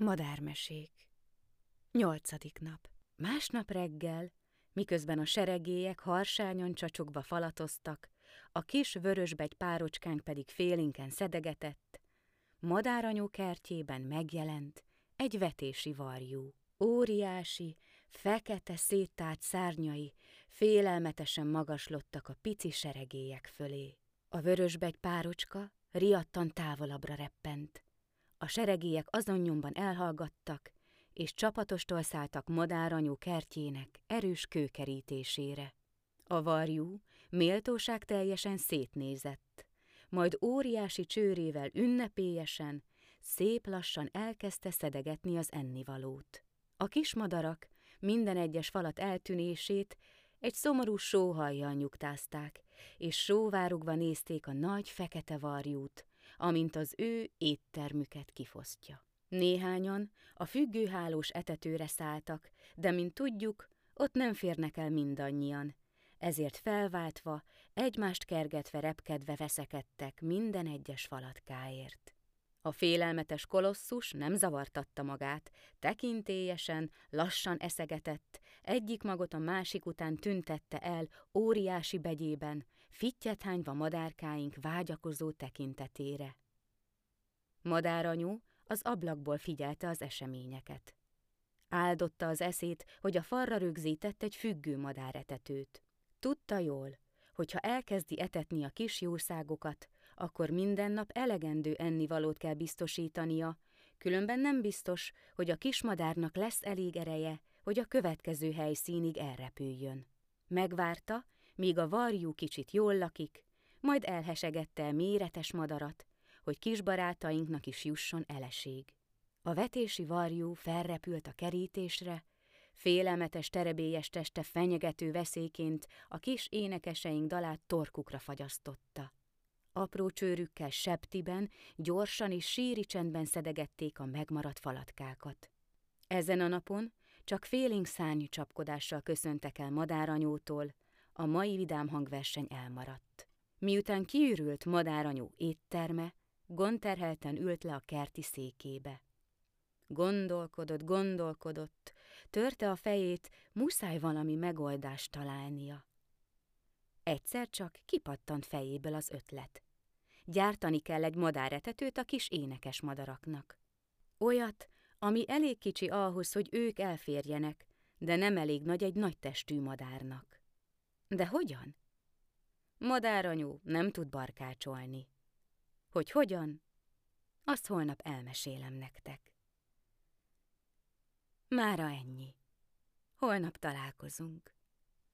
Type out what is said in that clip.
Madármesék. 8. nap. Másnap reggel, miközben a seregélyek harsányon csacsogva falatoztak, a kis vörösbegy párocskánk pedig félénken szedegetett, Madáranyó kertjében megjelent egy vetési varjú. Óriási, fekete széttárt szárnyai félelmetesen magaslottak a pici seregélyek fölé. A vörösbegy párocska riadtan távolabbra reppent. A seregélyek azon nyomban elhallgattak, és csapatostól szálltak Madáranyó kertjének erős kőkerítésére. A varjú méltóságteljesen szétnézett, majd óriási csőrével ünnepélyesen, szép lassan elkezdte szedegetni az ennivalót. A kismadarak minden egyes falat eltűnését egy szomorú sóhajjal nyugtázták, és sóvárogva nézték a nagy fekete varjút, amint az ő éttermüket kifosztja. Néhányan a függőhálós etetőre szálltak, de mint tudjuk, ott nem férnek el mindannyian, ezért felváltva, egymást kergetve, repkedve veszekedtek minden egyes falatkáért. A félelmetes kolosszus nem zavartatta magát, tekintélyesen, lassan eszegetett, egyik magot a másik után tüntette el óriási begyében, fittyet hányva madárkáink vágyakozó tekintetére. Madáranyó az ablakból figyelte az eseményeket. Áldotta az eszét, hogy a falra rögzített egy függő madáretetőt. Tudta jól, hogy ha elkezdi etetni a kis jószágokat, akkor minden nap elegendő ennivalót kell biztosítania, különben nem biztos, hogy a kismadárnak lesz elég ereje, hogy a következő helyszínig elrepüljön. Megvárta, míg a varjú kicsit jól lakik, majd elhesegette a méretes madarat, hogy kisbarátainknak is jusson eleség. A vetési varjú felrepült a kerítésre, félelmetes terebélyes teste fenyegető veszélyként a kis énekeseink dalát torkukra fagyasztotta. Apró csőrükkel septiben, gyorsan és síri csendben szedegették a megmaradt falatkákat. Ezen a napon csak félénk szárnyú csapkodással köszöntek el Madáranyótól, a mai vidám hangverseny elmaradt. Miután kiürült Madáranyó étterme, gondterhelten ült le a kerti székébe. Gondolkodott, törte a fejét, muszáj valami megoldást találnia. Egyszer csak kipattant fejéből az ötlet. Gyártani kell egy madáretetőt a kis énekes madaraknak. Olyat, ami elég kicsi ahhoz, hogy ők elférjenek, de nem elég nagy egy nagy testű madárnak. De hogyan? Madáranyó nem tud barkácsolni. Hogy hogyan? Azt holnap elmesélem nektek. Mára ennyi. Holnap találkozunk.